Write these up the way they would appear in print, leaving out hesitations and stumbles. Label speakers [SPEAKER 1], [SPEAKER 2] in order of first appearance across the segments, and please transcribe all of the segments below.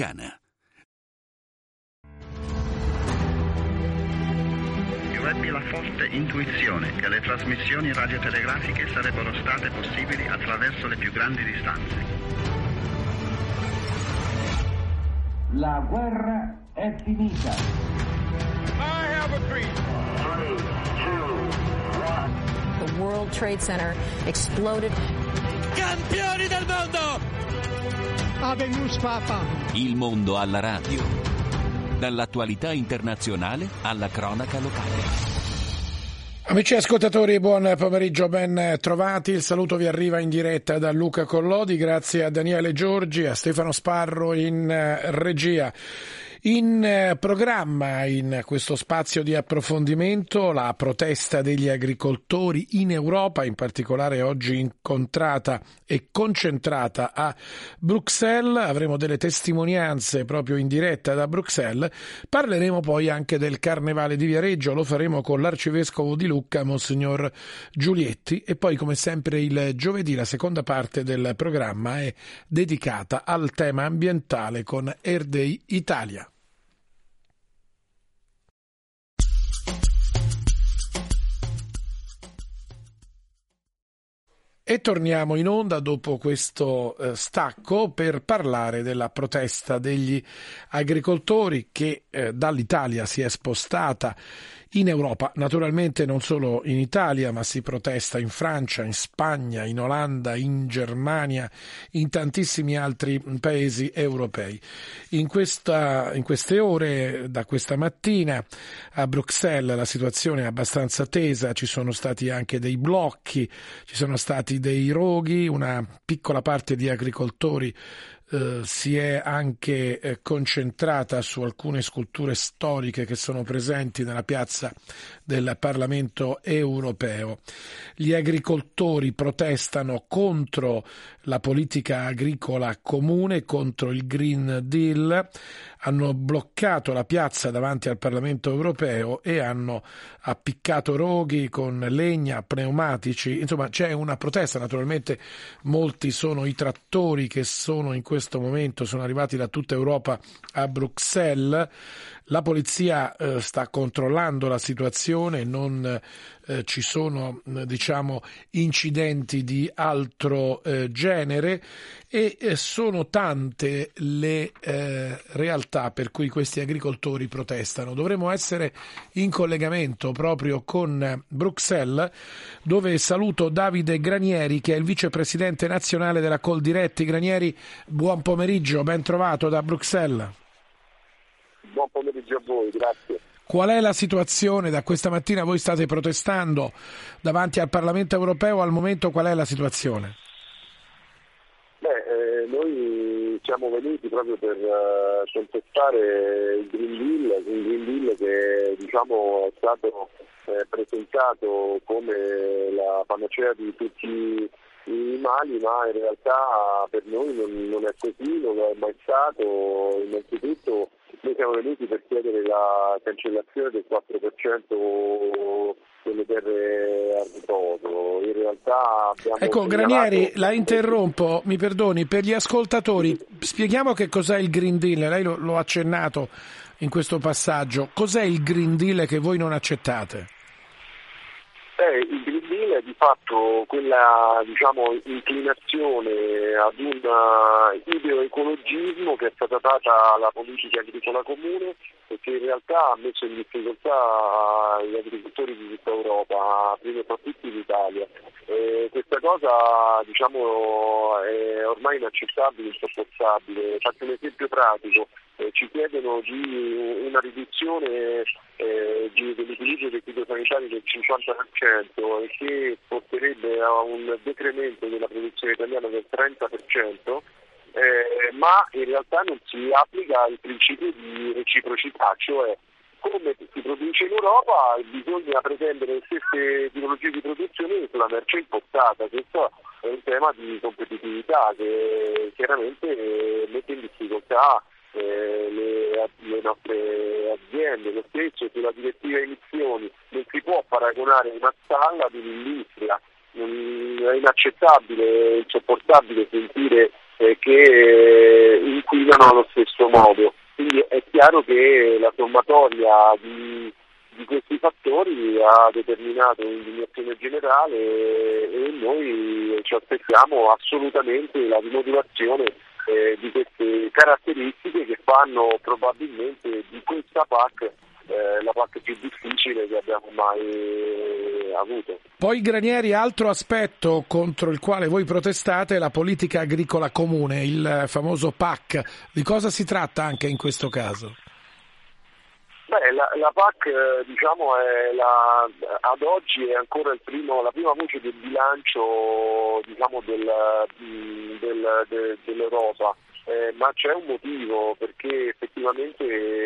[SPEAKER 1] Ebbi la forte intuizione che le trasmissioni radiotelegrafiche sarebbero state possibili attraverso le più grandi distanze.
[SPEAKER 2] La guerra è finita.
[SPEAKER 3] I have a dream.
[SPEAKER 4] 3, 2, 1.
[SPEAKER 5] The World Trade Center exploded.
[SPEAKER 3] Campioni del mondo!
[SPEAKER 6] Habemus Papa.
[SPEAKER 7] Il mondo alla radio. Dall'attualità internazionale alla cronaca locale.
[SPEAKER 8] Amici ascoltatori, buon pomeriggio, ben trovati. Il saluto vi arriva in diretta da Luca Collodi, grazie a Daniele Giorgi, a Stefano Sparro in regia. In programma, in questo spazio di approfondimento, la protesta degli agricoltori in Europa, in particolare oggi incontrata e concentrata a Bruxelles. Avremo delle testimonianze proprio in diretta da Bruxelles. Parleremo poi anche del Carnevale di Viareggio, lo faremo con l'arcivescovo di Lucca, Monsignor Giulietti, e poi come sempre il giovedì la seconda parte del programma è dedicata al tema ambientale con Erdei Italia. E torniamo in onda dopo questo stacco per parlare della protesta degli agricoltori che dall'Italia si è spostata in Europa, naturalmente non solo in Italia, ma si protesta in Francia, in Spagna, in Olanda, in Germania, in tantissimi altri paesi europei. In queste ore, da questa mattina, a Bruxelles la situazione è abbastanza tesa, ci sono stati anche dei blocchi, ci sono stati dei roghi, una piccola parte di agricoltori si è anche concentrata su alcune sculture storiche che sono presenti nella piazza del Parlamento europeo. Gli agricoltori protestano contro la politica agricola comune, contro il Green Deal, hanno bloccato la piazza davanti al Parlamento europeo e hanno appiccato roghi con legna, pneumatici, insomma c'è una protesta. Naturalmente molti sono i trattori che sono in questo momento, sono arrivati da tutta Europa a Bruxelles. La polizia sta controllando la situazione, non ci sono incidenti di altro genere e sono tante le realtà per cui questi agricoltori protestano. Dovremo essere in collegamento proprio con Bruxelles, dove saluto Davide Granieri, che è il vicepresidente nazionale della Coldiretti. Granieri, buon pomeriggio, ben trovato da Bruxelles.
[SPEAKER 9] Buon pomeriggio a voi, grazie.
[SPEAKER 8] Qual è la situazione? Da questa mattina voi state protestando davanti al Parlamento europeo, al momento qual è la situazione?
[SPEAKER 9] Noi siamo venuti proprio per contestare il Green Deal che è stato presentato come la panacea di tutti i mali, ma in realtà per noi non è così, non è mai stato. Innanzitutto noi siamo venuti per chiedere la cancellazione del 4% delle terre a riposo. In realtà abbiamo
[SPEAKER 8] Granieri, la interrompo, mi perdoni, per gli ascoltatori spieghiamo che cos'è il Green Deal. Lei lo ha accennato in questo passaggio. Cos'è il Green Deal che voi non accettate?
[SPEAKER 9] Il Green Deal è di fatto quella inclinazione ad un ideoecologismo che è stata data alla politica agricola comune e che in realtà ha messo in difficoltà gli agricoltori di tutta Europa, prima fra tutti l'Italia. Questa cosa è ormai inaccettabile, insopportabile. Faccio un esempio pratico. Ci chiedono di una riduzione dell'utilizzo dei fitosanitari del 50% e che porterebbe a un decremento della produzione italiana del 30%, ma in realtà non si applica il principio di reciprocità, cioè come si produce in Europa bisogna pretendere le stesse tipologie di produzione sulla merce importata. Questo è un tema di competitività che chiaramente mette in difficoltà le nostre aziende. Lo stesso sulla direttiva emissioni, non si può paragonare una stalla ad un'industria. È inaccettabile, insopportabile sentire che inquinano allo stesso modo. Quindi è chiaro che la sommatoria di questi fattori ha determinato un'indignazione generale e noi ci aspettiamo assolutamente la rimodulazione di queste caratteristiche che fanno probabilmente di questa PAC la PAC più difficile che abbiamo mai avuto.
[SPEAKER 8] Poi Granieri, altro aspetto contro il quale voi protestate è la politica agricola comune, il famoso PAC. Di cosa si tratta anche in questo caso?
[SPEAKER 9] La PAC diciamo ad oggi è ancora la prima voce del bilancio diciamo dell'Europa, ma c'è un motivo, perché effettivamente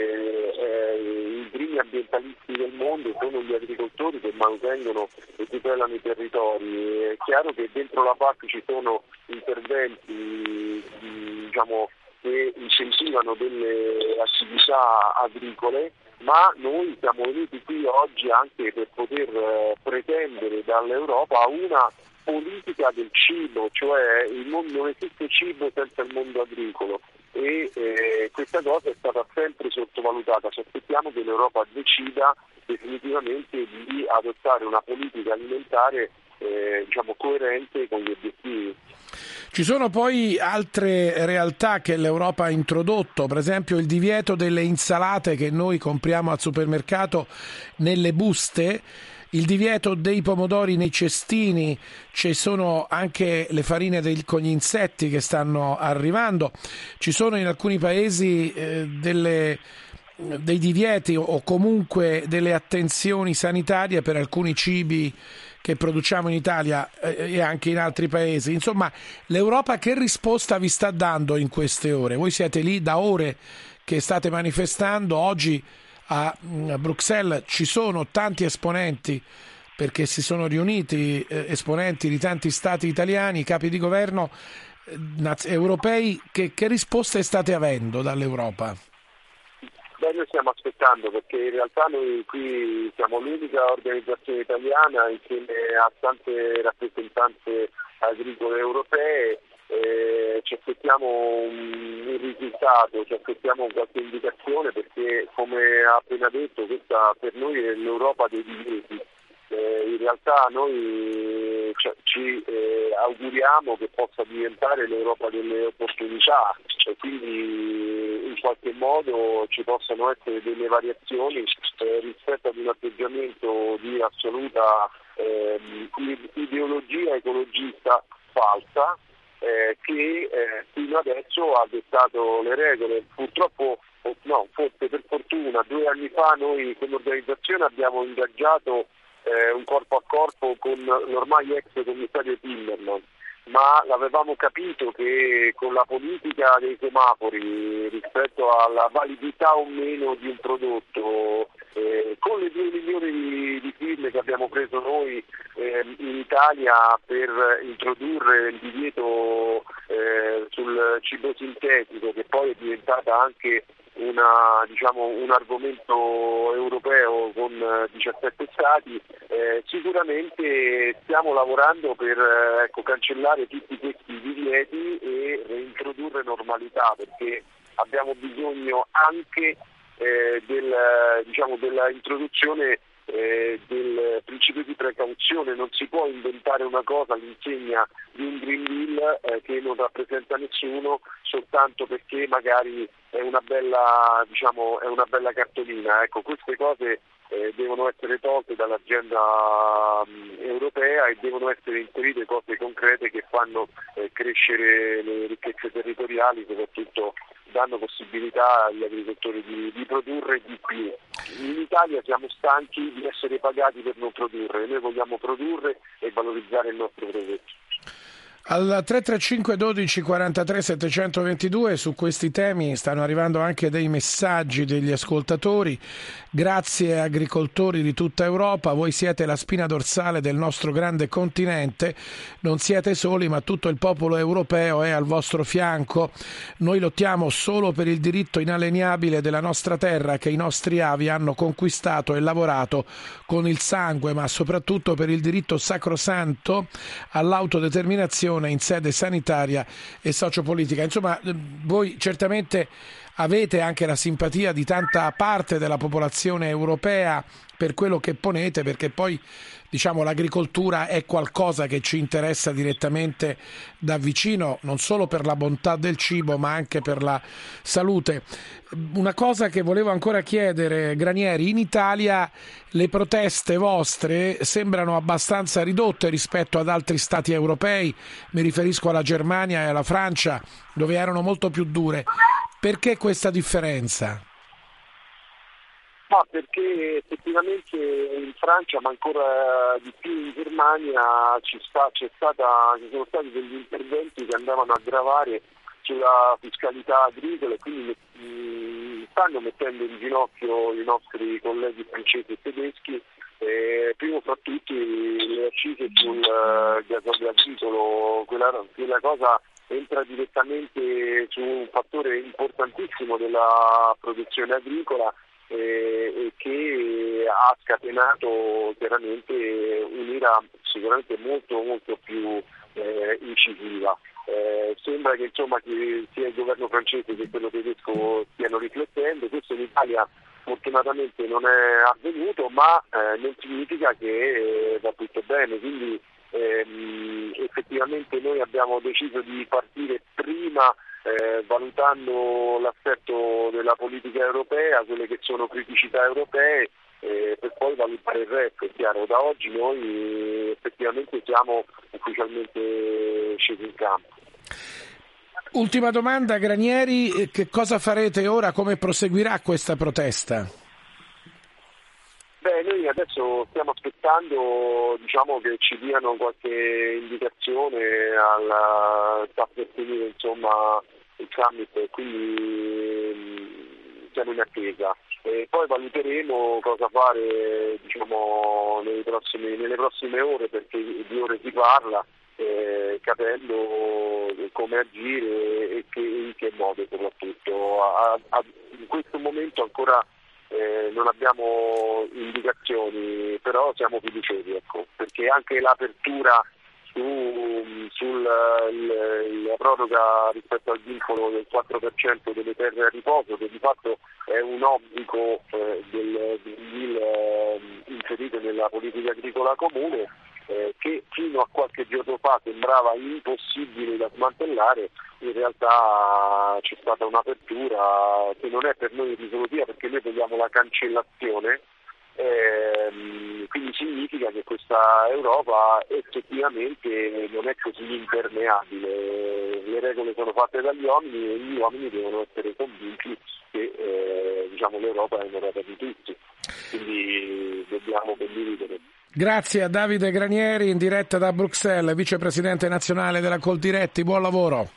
[SPEAKER 9] i primi ambientalisti del mondo sono gli agricoltori che manutengono e tutelano i territori. È chiaro che dentro la PAC ci sono interventi diciamo che incentivano delle attività agricole, ma noi siamo venuti qui oggi anche per poter pretendere dall'Europa una politica del cibo, cioè non esiste cibo senza il mondo agricolo e questa cosa è stata sempre sottovalutata. Ci aspettiamo che l'Europa decida definitivamente di adottare una politica alimentare diciamo coerente con gli obiettivi.
[SPEAKER 8] Ci sono poi altre realtà che l'Europa ha introdotto, per esempio il divieto delle insalate che noi compriamo al supermercato nelle buste, il divieto dei pomodori nei cestini, ci sono anche le farine con gli insetti che stanno arrivando, ci sono in alcuni paesi dei divieti o comunque delle attenzioni sanitarie per alcuni cibi che produciamo in Italia e anche in altri paesi. Insomma, l'Europa che risposta vi sta dando in queste ore? Voi siete lì da ore che state manifestando, oggi a Bruxelles ci sono tanti esponenti perché si sono riuniti esponenti di tanti stati italiani, capi di governo europei. Che risposte state avendo dall'Europa?
[SPEAKER 9] Noi stiamo aspettando, perché in realtà noi qui siamo l'unica organizzazione italiana insieme a tante rappresentanze agricole europee. Ci aspettiamo un risultato, ci aspettiamo qualche indicazione, perché come ha appena detto questa per noi è l'Europa dei divieti. In realtà noi ci auguriamo che possa diventare l'Europa delle opportunità e quindi in qualche modo ci possano essere delle variazioni rispetto ad un atteggiamento di assoluta ideologia ecologista falsa che fino adesso ha dettato le regole. Purtroppo, no, forse per fortuna 2 anni fa noi come organizzazione abbiamo ingaggiato un corpo a corpo con l'ormai ex commissario Timmermans, ma l'avevamo capito che con la politica dei semafori rispetto alla validità o meno di un prodotto, con le 2 milioni di firme che abbiamo preso noi in Italia per introdurre il divieto sul cibo sintetico, che poi è diventata anche un argomento europeo con 17 stati, sicuramente stiamo lavorando per cancellare tutti questi divieti e reintrodurre normalità, perché abbiamo bisogno anche della introduzione del principio di precauzione. Non si può inventare una cosa all'insegna di un Green Deal che non rappresenta nessuno soltanto perché magari è una bella cartolina. Ecco, queste cose devono essere tolte dall'agenda europea e devono essere inserite cose concrete che fanno crescere le ricchezze territoriali, soprattutto danno possibilità agli agricoltori di produrre di più. In Italia siamo stanchi di essere pagati per non produrre, noi vogliamo produrre e valorizzare il nostro prodotto.
[SPEAKER 8] Al 335 12 43 722 su questi temi stanno arrivando anche dei messaggi degli ascoltatori. Grazie agricoltori di tutta Europa, voi siete la spina dorsale del nostro grande continente, non siete soli ma tutto il popolo europeo è al vostro fianco. Noi lottiamo solo per il diritto inalienabile della nostra terra che i nostri avi hanno conquistato e lavorato con il sangue, ma soprattutto per il diritto sacrosanto all'autodeterminazione formazione in sede sanitaria e sociopolitica. Insomma, voi certamente avete anche la simpatia di tanta parte della popolazione europea per quello che ponete, perché poi l'agricoltura è qualcosa che ci interessa direttamente da vicino, non solo per la bontà del cibo ma anche per la salute. Una cosa che volevo ancora chiedere, Granieri: in Italia le proteste vostre sembrano abbastanza ridotte rispetto ad altri stati europei, mi riferisco alla Germania e alla Francia, dove erano molto più dure. Perché questa differenza?
[SPEAKER 9] Ma perché effettivamente in Francia, ma ancora di più in Germania, ci sono stati degli interventi che andavano a gravare sulla fiscalità agricola e quindi stanno mettendo in ginocchio i nostri colleghi francesi e tedeschi, prima fra tutti le accise sul gasolio agricolo. Quella cosa entra direttamente su un fattore importantissimo della produzione agricola e che ha scatenato chiaramente un'ira sicuramente molto molto più incisiva. Sembra che sia il governo francese che quello tedesco stiano riflettendo. Questo in Italia fortunatamente non è avvenuto, ma non significa che va tutto bene, quindi effettivamente noi abbiamo deciso di partire prima valutando l'aspetto della politica europea, quelle che sono criticità europee, per poi valutare il resto. È chiaro, da oggi noi effettivamente siamo ufficialmente scesi in campo.
[SPEAKER 8] Ultima domanda, Granieri: che cosa farete ora? Come proseguirà questa protesta?
[SPEAKER 9] Noi adesso stiamo aspettando che ci diano qualche indicazione sta per finire il summit, quindi siamo in attesa. E poi valuteremo cosa fare nelle prossime ore, perché di ore si parla, capendo come agire e in che modo soprattutto. In questo momento ancora non abbiamo indicazioni, però siamo fiduciosi, perché anche l'apertura sulla proroga rispetto al vincolo del 4% delle terre a riposo, che di fatto è un obbligo del inserito nella politica agricola comune, che fino a qualche giorno fa sembrava impossibile da smantellare, in realtà c'è stata un'apertura che non è per noi risolutiva, perché noi vogliamo la cancellazione, quindi significa che questa Europa effettivamente non è così impermeabile. Le regole sono fatte dagli uomini e gli uomini devono essere convinti che l'Europa è un'Europa di tutti, quindi dobbiamo condividere.
[SPEAKER 8] Grazie a Davide Granieri, in diretta da Bruxelles, vicepresidente nazionale della Coldiretti. Buon lavoro.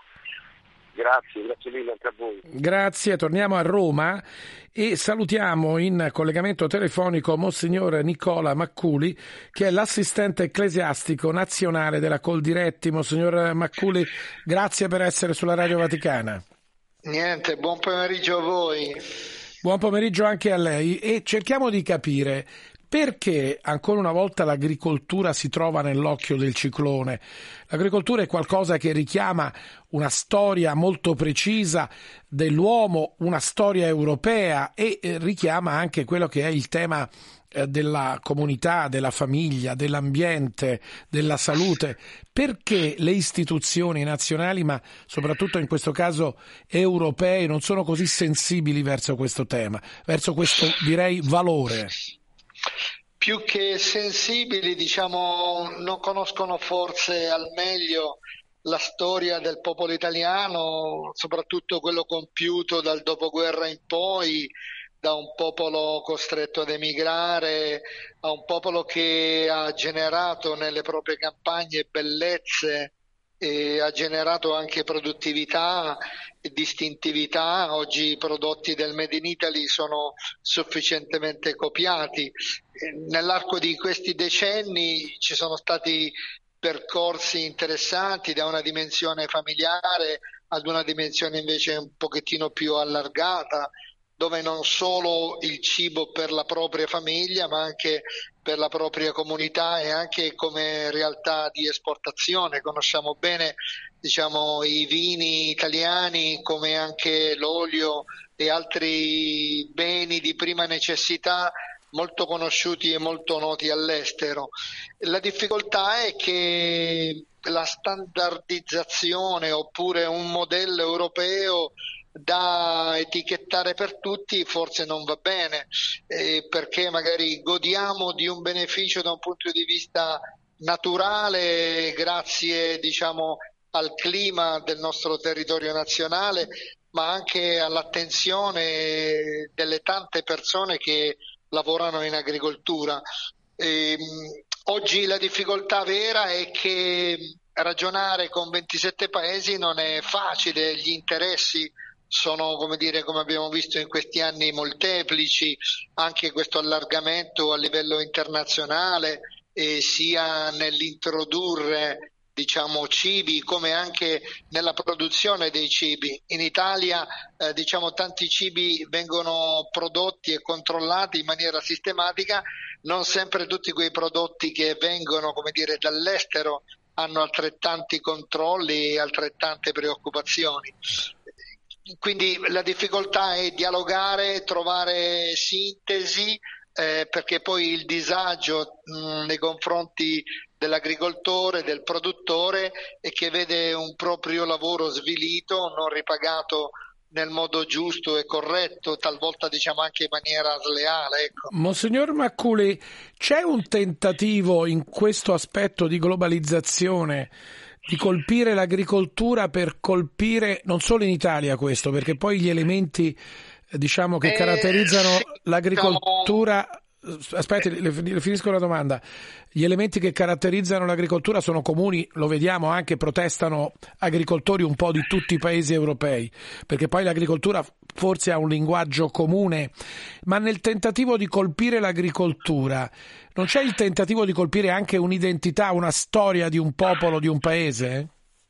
[SPEAKER 9] Grazie mille anche a voi.
[SPEAKER 8] Grazie, torniamo a Roma e salutiamo in collegamento telefonico Monsignor Nicola Macculi, che è l'assistente ecclesiastico nazionale della Coldiretti. Monsignor Macculi, grazie per essere sulla Radio Vaticana.
[SPEAKER 10] Niente, buon pomeriggio a voi.
[SPEAKER 8] Buon pomeriggio anche a lei, e cerchiamo di capire perché ancora una volta l'agricoltura si trova nell'occhio del ciclone. L'agricoltura è qualcosa che richiama una storia molto precisa dell'uomo, una storia europea, e richiama anche quello che è il tema della comunità, della famiglia, dell'ambiente, della salute. Perché le istituzioni nazionali, ma soprattutto in questo caso europee, non sono così sensibili verso questo tema, verso questo, direi, valore?
[SPEAKER 10] Più che sensibili, non conoscono forse al meglio la storia del popolo italiano, soprattutto quello compiuto dal dopoguerra in poi, da un popolo costretto ad emigrare, a un popolo che ha generato nelle proprie campagne bellezze e ha generato anche produttività e distintività. Oggi i prodotti del Made in Italy sono sufficientemente copiati. Nell'arco di questi decenni ci sono stati percorsi interessanti, da una dimensione familiare ad una dimensione invece un pochettino più allargata, dove non solo il cibo per la propria famiglia, ma anche per la propria comunità e anche come realtà di esportazione. Conosciamo bene, diciamo, i vini italiani, come anche l'olio e altri beni di prima necessità molto conosciuti e molto noti all'estero. La difficoltà è che la standardizzazione oppure un modello europeo da etichettare per tutti forse non va bene, perché magari godiamo di un beneficio da un punto di vista naturale grazie, diciamo, al clima del nostro territorio nazionale, ma anche all'attenzione delle tante persone che lavorano in agricoltura. Oggi la difficoltà vera è che ragionare con 27 paesi non è facile, gli interessi sono, come abbiamo visto in questi anni, molteplici, anche questo allargamento a livello internazionale, sia nell'introdurre, diciamo, cibi come anche nella produzione dei cibi. In Italia tanti cibi vengono prodotti e controllati in maniera sistematica, non sempre tutti quei prodotti che vengono, dall'estero hanno altrettanti controlli e altrettante preoccupazioni. Quindi la difficoltà è dialogare, trovare sintesi, perché poi il disagio nei confronti dell'agricoltore, del produttore, è che vede un proprio lavoro svilito, non ripagato nel modo giusto e corretto, talvolta anche in maniera sleale. Ecco.
[SPEAKER 8] Monsignor Macculi, c'è un tentativo in questo aspetto di globalizzazione di colpire l'agricoltura per colpire, non solo in Italia questo, perché poi gli elementi che caratterizzano l'agricoltura... Aspetti, le finisco la domanda. Gli elementi che caratterizzano l'agricoltura sono comuni, lo vediamo anche, protestano agricoltori un po' di tutti i paesi europei, perché poi l'agricoltura forse ha un linguaggio comune, ma nel tentativo di colpire l'agricoltura non c'è il tentativo di colpire anche un'identità, una storia di un popolo, di un paese?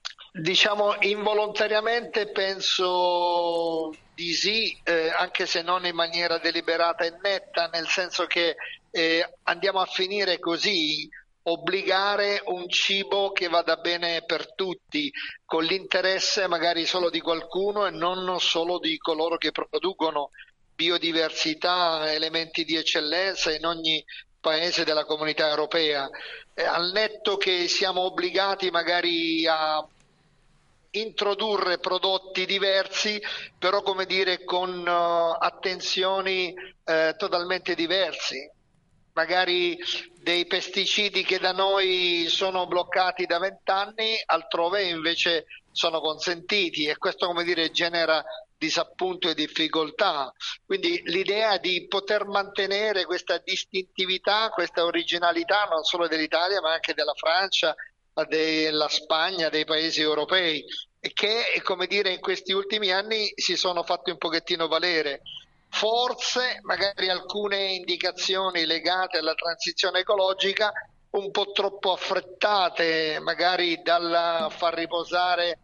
[SPEAKER 10] Involontariamente penso di sì, anche se non in maniera deliberata e netta, nel senso che andiamo a finire così, obbligare un cibo che vada bene per tutti, con l'interesse magari solo di qualcuno e non solo di coloro che producono biodiversità, elementi di eccellenza in ogni paese della comunità europea. Al netto che siamo obbligati magari a introdurre prodotti diversi, però con attenzioni totalmente diversi. Magari dei pesticidi che da noi sono bloccati da 20 anni, altrove invece sono consentiti, e questo genera disappunto e difficoltà. Quindi l'idea di poter mantenere questa distintività, questa originalità non solo dell'Italia ma anche della Francia, della Spagna, dei paesi europei, che in questi ultimi anni si sono fatti un pochettino valere. Forse magari alcune indicazioni legate alla transizione ecologica un po' troppo affrettate, magari dal far riposare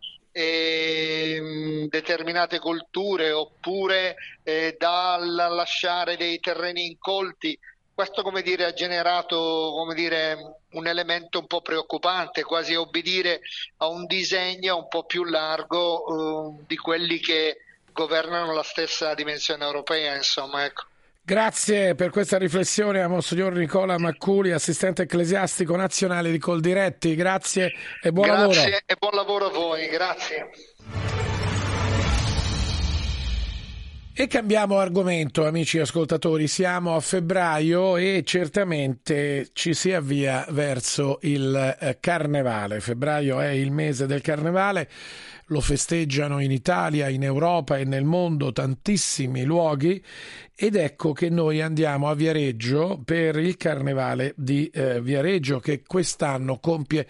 [SPEAKER 10] determinate colture oppure dal lasciare dei terreni incolti. Questo ha generato un elemento un po' preoccupante, quasi obbedire a un disegno un po' più largo di quelli che governano la stessa dimensione europea, insomma, ecco.
[SPEAKER 8] Grazie per questa riflessione a Monsignor Nicola Macculi, assistente ecclesiastico nazionale di Coldiretti. Grazie e buon lavoro.
[SPEAKER 10] Grazie e buon lavoro a voi, grazie.
[SPEAKER 8] E cambiamo argomento, amici ascoltatori. Siamo a febbraio e certamente ci si avvia verso il Carnevale. Febbraio è il mese del Carnevale, lo festeggiano in Italia, in Europa e nel mondo tantissimi luoghi, ed ecco che noi andiamo a Viareggio per il Carnevale di Viareggio, che quest'anno compie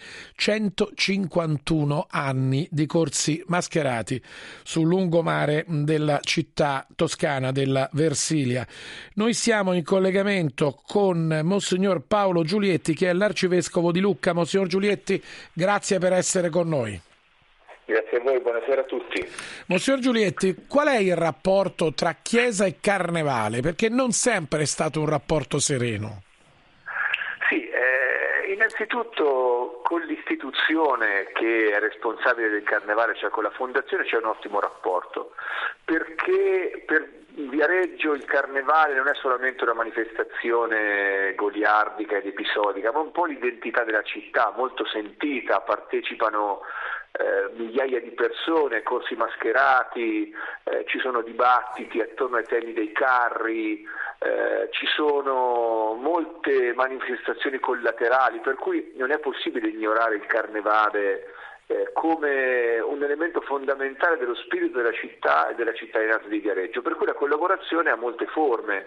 [SPEAKER 8] 151 anni di corsi mascherati sul lungomare della città toscana della Versilia. Noi siamo in collegamento con Monsignor Paolo Giulietti, che è l'arcivescovo di Lucca. Monsignor Giulietti, grazie per essere con noi.
[SPEAKER 9] Grazie a voi, buonasera a tutti.
[SPEAKER 8] Monsignor Giulietti, qual è il rapporto tra Chiesa e Carnevale? Perché non sempre è stato un rapporto sereno.
[SPEAKER 9] Sì, innanzitutto con l'istituzione che è responsabile del Carnevale, cioè con la Fondazione, c'è un ottimo rapporto, perché per Viareggio il Carnevale non è solamente una manifestazione goliardica ed episodica, ma un po' l'identità della città, molto sentita, partecipano migliaia di persone, corsi mascherati, ci sono dibattiti attorno ai temi dei carri, ci sono molte manifestazioni collaterali, per cui non è possibile ignorare il Carnevale come un elemento fondamentale dello spirito della città e della cittadinanza di Viareggio, per cui la collaborazione ha molte forme.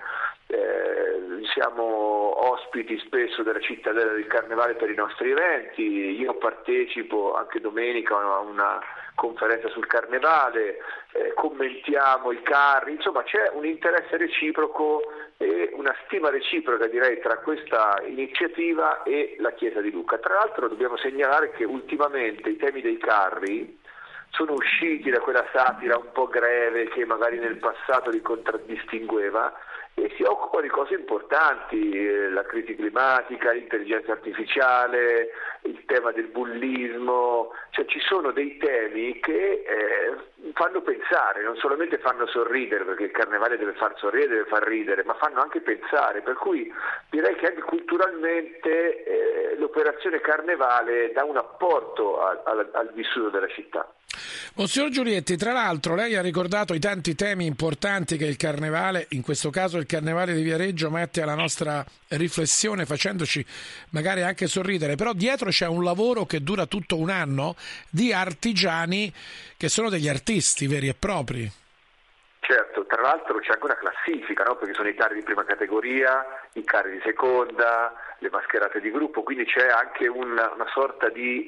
[SPEAKER 9] Siamo ospiti spesso della cittadella del Carnevale per i nostri eventi, io partecipo anche domenica a una conferenza sul Carnevale, commentiamo i carri, insomma c'è un interesse reciproco e una stima reciproca, direi, tra questa iniziativa e la Chiesa di Lucca. Tra l'altro dobbiamo segnalare che ultimamente i temi dei carri sono usciti da quella satira un po' greve che magari nel passato li contraddistingueva e si occupa di cose importanti, la crisi climatica, l'intelligenza artificiale, il tema del bullismo, cioè ci sono dei temi che fanno pensare, non solamente fanno sorridere, perché il Carnevale deve far sorridere, deve far ridere, ma fanno anche pensare, per cui direi che anche culturalmente l'operazione Carnevale dà un apporto al vissuto della città.
[SPEAKER 8] Monsignor Giulietti, tra l'altro lei ha ricordato i tanti temi importanti che il Carnevale, in questo caso il Carnevale di Viareggio, mette alla nostra riflessione facendoci magari anche sorridere, però dietro c'è un lavoro che dura tutto un anno di artigiani che sono degli artisti veri e propri.
[SPEAKER 9] Certo, tra l'altro c'è anche una classifica, no? Perché sono i carri di prima categoria, i carri di seconda, le mascherate di gruppo, quindi c'è anche una sorta di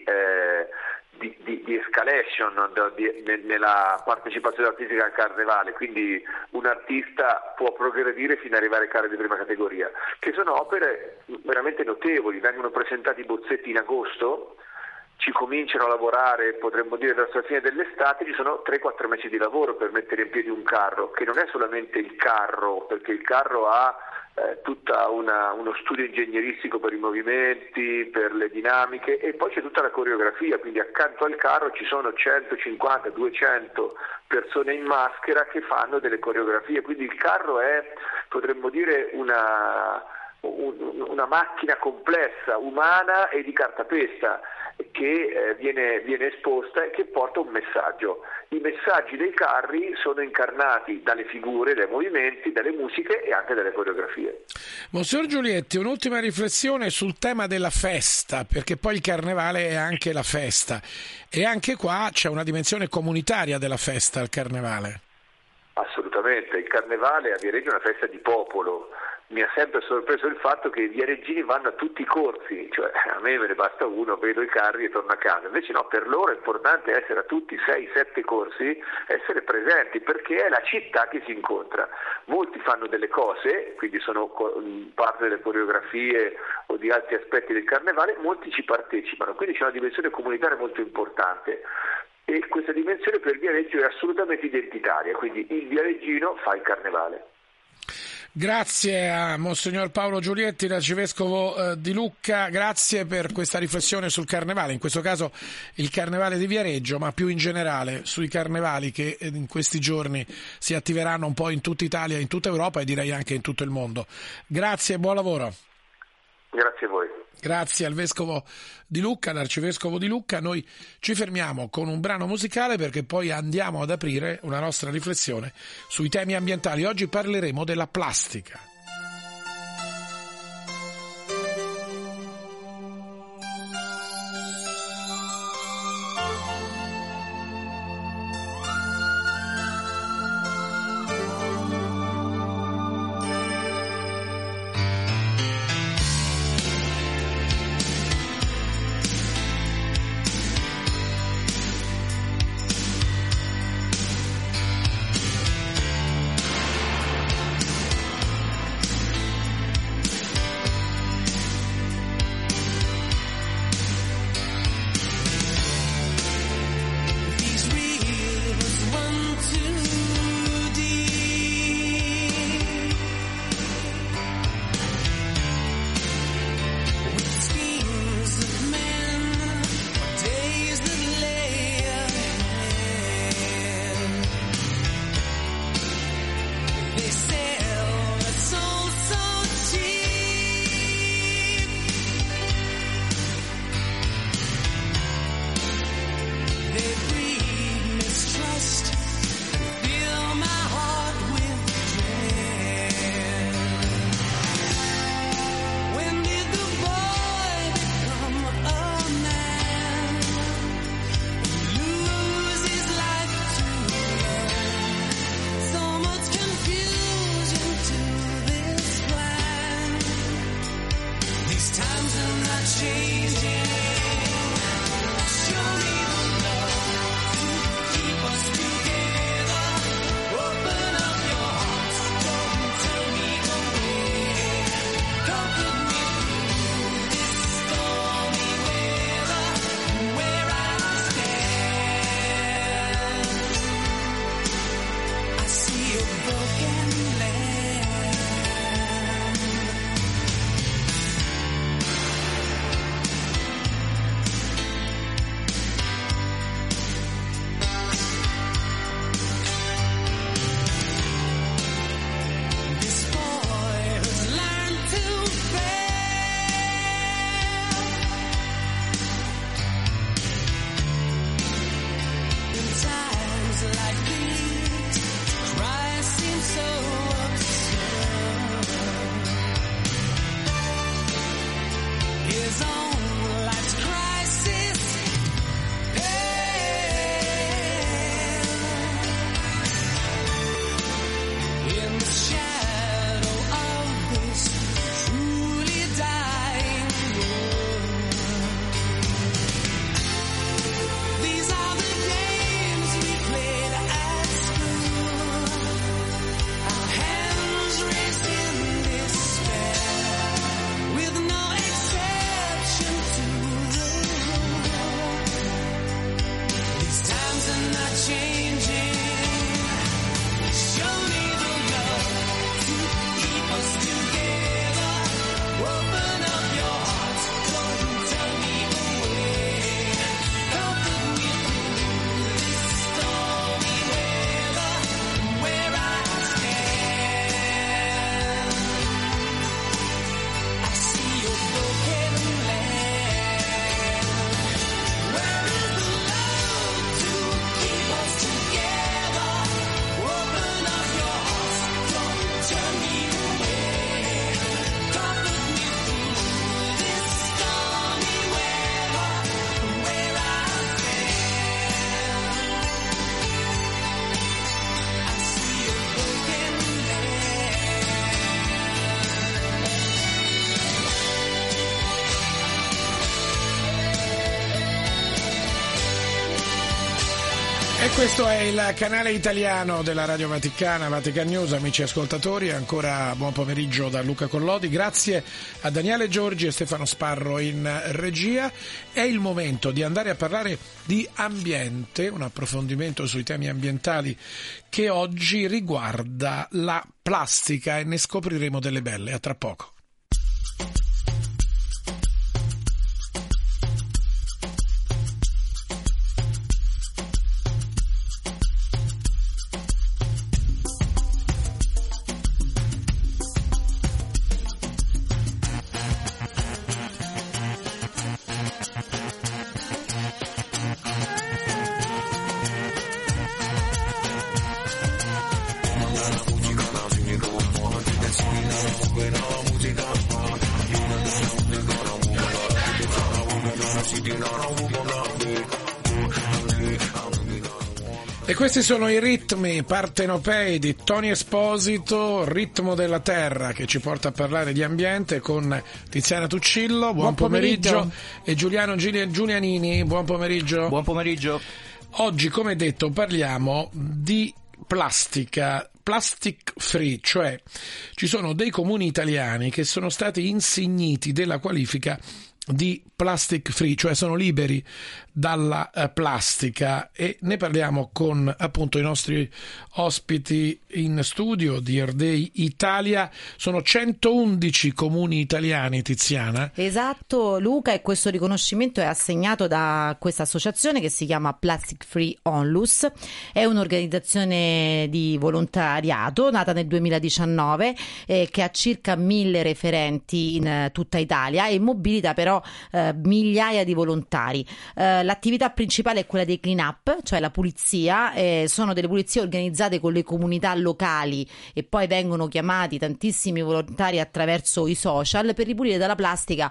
[SPEAKER 9] escalation nella partecipazione artistica al Carnevale, quindi un artista può progredire fino ad arrivare ai carri di prima categoria, che sono opere veramente notevoli, vengono presentati i bozzetti in agosto, ci cominciano a lavorare, potremmo dire, verso la fine dell'estate, ci sono 3-4 mesi di lavoro per mettere in piedi un carro, che non è solamente il carro, perché il carro ha tutta uno studio ingegneristico per i movimenti, per le dinamiche, e poi c'è tutta la coreografia, quindi accanto al carro ci sono 150-200 persone in maschera che fanno delle coreografie, quindi il carro è, potremmo dire, una macchina complessa, umana e di cartapesta, che viene esposta e che porta un messaggio. I messaggi dei carri sono incarnati dalle figure, dai movimenti, dalle musiche e anche dalle coreografie.
[SPEAKER 8] Monsignor Giulietti, un'ultima riflessione sul tema della festa, perché poi il Carnevale è anche la festa e anche qua c'è una dimensione comunitaria della festa al Carnevale.
[SPEAKER 9] Assolutamente, il Carnevale a Viareggio è una festa di popolo. Mi ha sempre sorpreso il fatto che i viareggini vanno a tutti i corsi, cioè a me ne basta uno, vedo i carri e torno a casa, invece no, per loro è importante essere a tutti i 6-7 corsi, essere presenti, perché è la città che si incontra. Molti fanno delle cose, quindi sono parte delle coreografie o di altri aspetti del Carnevale, molti ci partecipano, quindi c'è una dimensione comunitaria molto importante. E questa dimensione per Viareggio è assolutamente identitaria, quindi il viareggino fa il Carnevale.
[SPEAKER 8] Grazie a Monsignor Paolo Giulietti, l'arcivescovo di Lucca, grazie per questa riflessione sul Carnevale, in questo caso il Carnevale di Viareggio, ma più in generale sui carnevali che in questi giorni si attiveranno un po' in tutta Italia, in tutta Europa e direi anche in tutto il mondo. Grazie e buon lavoro.
[SPEAKER 9] Grazie a voi.
[SPEAKER 8] Grazie al Vescovo di Lucca, all'Arcivescovo di Lucca. Noi ci fermiamo con un brano musicale perché poi andiamo ad aprire una nostra riflessione sui temi ambientali. Oggi parleremo della plastica. Questo è il canale italiano della Radio Vaticana, Vatican News. Amici ascoltatori, ancora buon pomeriggio da Luca Collodi. Grazie a Daniele Giorgi e Stefano Sparro in regia. È il momento di andare a parlare di ambiente, un approfondimento sui temi ambientali che oggi riguarda la plastica e ne scopriremo delle belle. A tra poco. E questi sono i ritmi partenopei di Tony Esposito, Ritmo della Terra, che ci porta a parlare di ambiente con Tiziana Tuccillo, buon pomeriggio, e Giuliano Giulianini, buon pomeriggio.
[SPEAKER 11] Buon pomeriggio.
[SPEAKER 8] Oggi, come detto, parliamo di plastica, plastic free, cioè ci sono dei comuni italiani che sono stati insigniti della qualifica di plastic free, cioè sono liberi dalla plastica, e ne parliamo con appunto i nostri ospiti in studio di Earth Day Italia. Sono 111 comuni italiani, Tiziana.
[SPEAKER 12] Esatto, Luca, e questo riconoscimento è assegnato da questa associazione che si chiama Plastic Free Onlus. È un'organizzazione di volontariato nata nel 2019 che ha circa 1000 referenti in tutta Italia e mobilita però migliaia di volontari. L'attività principale è quella dei clean up, cioè la pulizia. Sono delle pulizie organizzate con le comunità locali e poi vengono chiamati tantissimi volontari attraverso i social per ripulire dalla plastica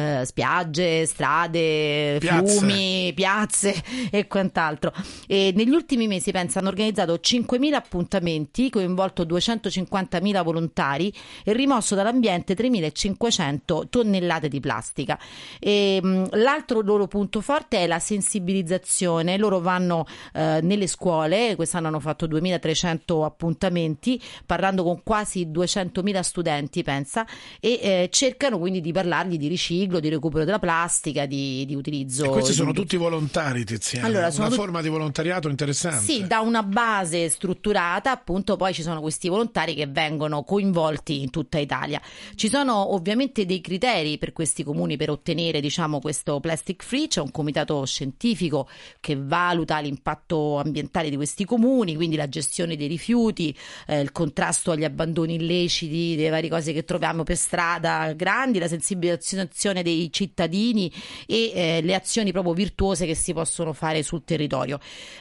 [SPEAKER 12] spiagge, strade, fiumi, piazze e quant'altro. E negli ultimi mesi, pensa, hanno organizzato 5.000 appuntamenti, coinvolto 250.000 volontari e rimosso dall'ambiente 3.500 tonnellate di plastica. E l'altro loro punto forte è la sensibilizzazione. Loro vanno nelle scuole, quest'anno hanno fatto 2.300 appuntamenti parlando con quasi 200.000 studenti, pensa, e cercano quindi di parlargli di riciclo, di recupero della plastica, di utilizzo. E
[SPEAKER 8] questi sono tutti volontari, Tiziana.
[SPEAKER 12] Allora,
[SPEAKER 8] una forma di volontariato interessante.
[SPEAKER 12] Sì, da una base strutturata, appunto, poi ci sono questi volontari che vengono coinvolti in tutta Italia. Ci sono ovviamente dei criteri per questi comuni per ottenere, diciamo, questo plastic free. C'è un comitato scientifico che valuta l'impatto ambientale di questi comuni, quindi la gestione dei rifiuti, il contrasto agli abbandoni illeciti, delle varie cose che troviamo per strada grandi, la sensibilizzazione dei cittadini e le azioni proprio virtuose che si possono fare sul territorio.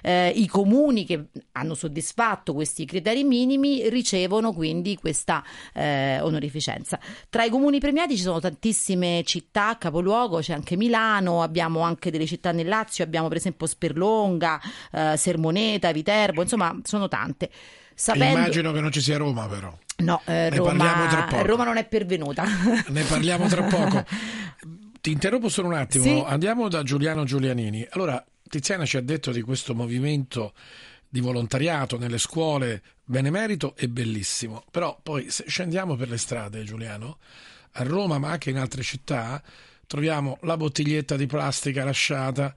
[SPEAKER 12] I comuni che hanno soddisfatto questi criteri minimi ricevono quindi questa onorificenza. Tra i comuni premiati ci sono tantissime città, capoluogo, c'è anche Milano, abbiamo anche delle città nel Lazio, abbiamo per esempio Sperlonga, Sermoneta, Viterbo, insomma sono tante.
[SPEAKER 8] Immagino che non ci sia Roma, però.
[SPEAKER 12] No,
[SPEAKER 8] parliamo tra poco.
[SPEAKER 12] Roma non è pervenuta.
[SPEAKER 8] Ne parliamo tra poco. Ti interrompo solo un attimo,
[SPEAKER 12] sì? Andiamo
[SPEAKER 8] da Giuliano Giulianini. Allora, Tiziana ci ha detto di questo movimento di volontariato nelle scuole, benemerito e bellissimo, però poi se scendiamo per le strade, Giuliano, a Roma ma anche in altre città, troviamo la bottiglietta di plastica lasciata,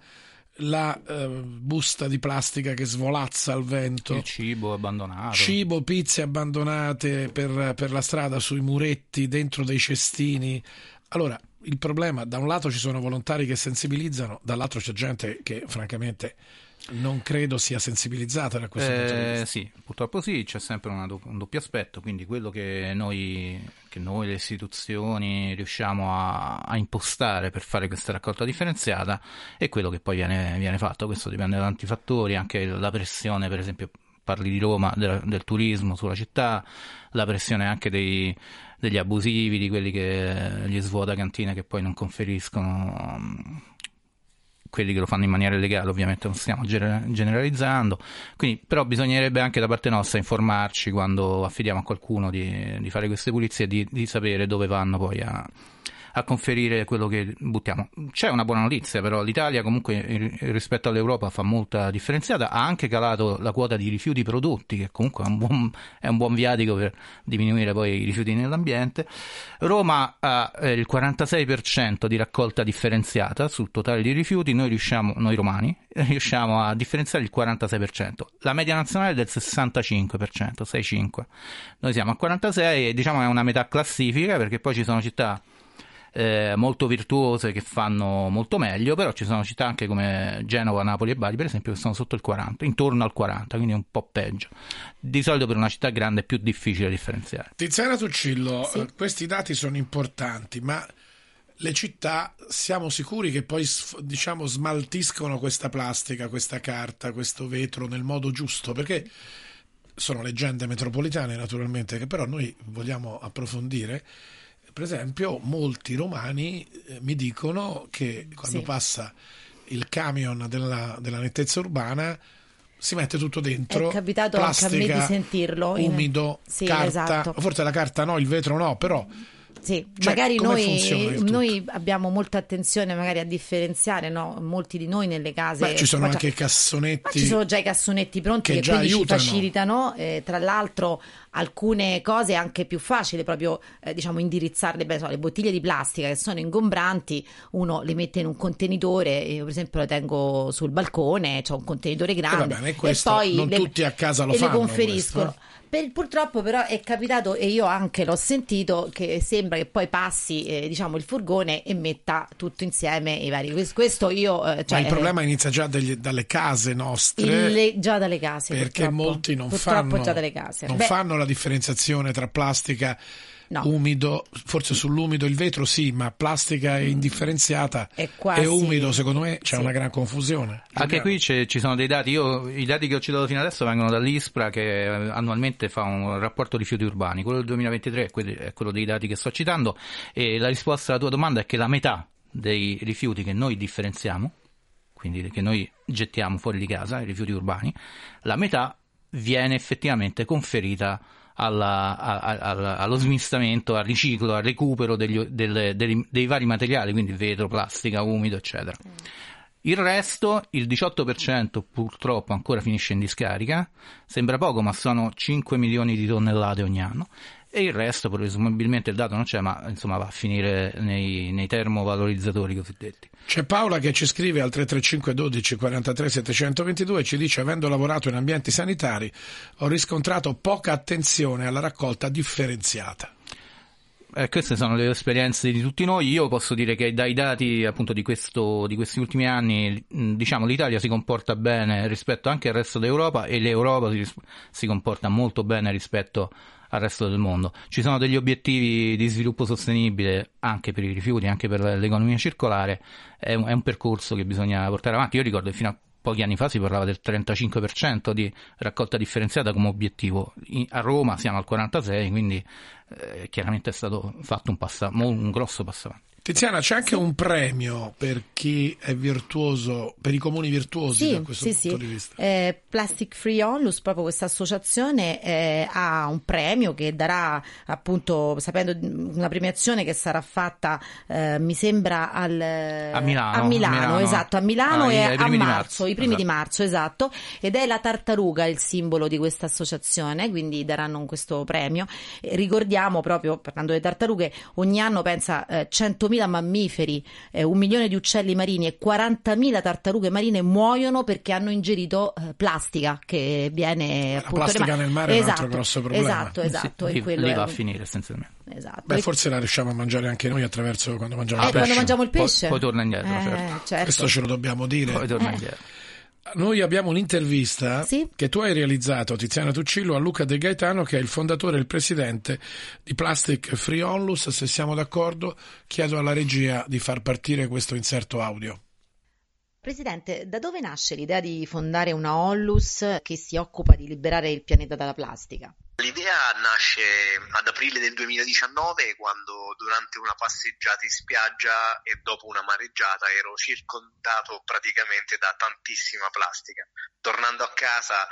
[SPEAKER 8] la busta di plastica che svolazza al vento,
[SPEAKER 11] il cibo abbandonato,
[SPEAKER 8] pizze abbandonate per la strada, sui muretti, dentro dei cestini. Allora, il problema, da un lato ci sono volontari che sensibilizzano, dall'altro c'è gente che francamente non credo sia sensibilizzata da questo punto di vista.
[SPEAKER 11] Sì, purtroppo sì, c'è sempre un doppio aspetto, quindi quello che noi le istituzioni riusciamo a impostare per fare questa raccolta differenziata è quello che poi viene fatto. Questo dipende da tanti fattori, anche la pressione, per esempio parli di Roma, del turismo sulla città, la pressione anche degli abusivi, di quelli che gli svuotacantine che poi non conferiscono, quelli che lo fanno in maniera illegale, ovviamente non stiamo generalizzando, quindi però bisognerebbe anche da parte nostra informarci quando affidiamo a qualcuno di fare queste pulizie, di sapere dove vanno poi a conferire quello che buttiamo. C'è una buona notizia però, l'Italia comunque rispetto all'Europa fa molta differenziata, ha anche calato la quota di rifiuti prodotti, che comunque è un buon viatico per diminuire poi i rifiuti nell'ambiente. Roma ha il 46% di raccolta differenziata sul totale di rifiuti, noi romani riusciamo a differenziare il 46%, la media nazionale è del 65%, 6,5%, noi siamo a 46% e diciamo è una metà classifica, perché poi ci sono città molto virtuose che fanno molto meglio, però ci sono città anche come Genova, Napoli e Bari per esempio che sono sotto il 40%, intorno al 40%, quindi un po' peggio. Di solito per una città grande è più difficile differenziare.
[SPEAKER 8] Tiziana Tuccillo,
[SPEAKER 12] sì.
[SPEAKER 8] Questi dati sono importanti, ma le città siamo sicuri che poi smaltiscono questa plastica, questa carta, questo vetro nel modo giusto? Perché sono leggende metropolitane naturalmente, che però noi vogliamo approfondire. Per esempio, molti romani mi dicono che quando passa il camion della nettezza urbana si mette tutto dentro.
[SPEAKER 12] È capitato
[SPEAKER 8] plastica,
[SPEAKER 12] anche a me di sentirlo.
[SPEAKER 8] Umido, carta,
[SPEAKER 12] esatto.
[SPEAKER 8] Forse la carta no, il vetro no, però...
[SPEAKER 12] Sì,
[SPEAKER 8] Cioè,
[SPEAKER 12] magari
[SPEAKER 8] come
[SPEAKER 12] noi abbiamo molta attenzione magari a differenziare, no? Molti di noi nelle case.
[SPEAKER 8] Beh, ci sono anche i cassonetti.
[SPEAKER 12] Ma ci sono già i cassonetti pronti che
[SPEAKER 8] già
[SPEAKER 12] quindi
[SPEAKER 8] aiutano.
[SPEAKER 12] ci facilitano. Tra l'altro alcune cose è anche più facile proprio indirizzarle. Le bottiglie di plastica che sono ingombranti, uno le mette in un contenitore, io per esempio le tengo sul balcone, c'ho un contenitore grande,
[SPEAKER 8] bene,
[SPEAKER 12] e poi
[SPEAKER 8] non tutti a casa lo
[SPEAKER 12] e
[SPEAKER 8] fanno,
[SPEAKER 12] le conferiscono.
[SPEAKER 8] Questo.
[SPEAKER 12] Purtroppo però è capitato, e io anche l'ho sentito, che sembra che poi passi il furgone e metta tutto insieme i vari. Questo io
[SPEAKER 8] ma il problema inizia già dalle case nostre,
[SPEAKER 12] già dalle case,
[SPEAKER 8] perché molti non fanno la differenziazione tra plastica, umido, forse sull'umido il vetro sì, ma plastica indifferenziata e umido, secondo me c'è una gran confusione.
[SPEAKER 11] Anche qui ci sono dei dati, i dati che ho citato fino adesso vengono dall'ISPRA, che annualmente fa un rapporto rifiuti urbani, quello del 2023 è quello dei dati che sto citando, e la risposta alla tua domanda è che la metà dei rifiuti che noi differenziamo, quindi che noi gettiamo fuori di casa, i rifiuti urbani, la metà viene effettivamente conferita allo smistamento, al riciclo, al recupero dei vari materiali, quindi vetro, plastica, umido, eccetera. Il resto, il 18% purtroppo ancora finisce in discarica, sembra poco ma sono 5 milioni di tonnellate ogni anno, e il resto presumibilmente il dato non c'è, ma insomma va a finire nei termovalorizzatori cosiddetti.
[SPEAKER 8] C'è Paola che ci scrive al 335 12 43 722 e ci dice: avendo lavorato in ambienti sanitari ho riscontrato poca attenzione alla raccolta differenziata.
[SPEAKER 11] Queste sono le esperienze di tutti noi. Io posso dire che dai dati appunto di questi ultimi anni, l'Italia si comporta bene rispetto anche al resto d'Europa, e l'Europa si comporta molto bene rispetto al resto del mondo. Ci sono degli obiettivi di sviluppo sostenibile anche per i rifiuti, anche per l'economia circolare. È un percorso che bisogna portare avanti. Io ricordo che fino a pochi anni fa si parlava del 35% di raccolta differenziata come obiettivo. A Roma siamo al 46%, quindi chiaramente è stato fatto un grosso passo avanti.
[SPEAKER 8] Tiziana, c'è anche un premio per chi è virtuoso, per i comuni virtuosi da questo punto di vista.
[SPEAKER 12] Plastic Free Onlus, proprio questa associazione ha un premio che darà, appunto, sapendo una premiazione che sarà fatta mi sembra a Milano, esatto, a Milano e a marzo, i primi di marzo, esatto, ed è la tartaruga il simbolo di questa associazione, quindi daranno questo premio. Ricordiamo, proprio parlando di tartarughe, ogni anno pensa 100.000 mammiferi, 1 milione di uccelli marini e 40.000 tartarughe marine muoiono perché hanno ingerito plastica che viene
[SPEAKER 8] la plastica nel mare è un altro grosso problema.
[SPEAKER 12] Esatto,
[SPEAKER 11] sì, lì va a finire essenzialmente.
[SPEAKER 12] Esatto.
[SPEAKER 8] Beh, forse la riusciamo a mangiare anche noi attraverso quando mangiamo il pesce.
[SPEAKER 12] Quando mangiamo il pesce
[SPEAKER 11] poi torna indietro, certo.
[SPEAKER 8] Questo ce lo dobbiamo dire.
[SPEAKER 11] Poi torna indietro.
[SPEAKER 8] Noi abbiamo un'intervista che tu hai realizzato, Tiziana Tuccillo, a Luca De Gaetano, che è il fondatore e il presidente di Plastic Free Onlus. Se siamo d'accordo, chiedo alla regia di far partire questo inserto audio.
[SPEAKER 12] Presidente, da dove nasce l'idea di fondare una Onlus che si occupa di liberare il pianeta dalla plastica?
[SPEAKER 13] L'idea nasce ad aprile del 2019, quando durante una passeggiata in spiaggia e dopo una mareggiata ero circondato praticamente da tantissima plastica. Tornando a casa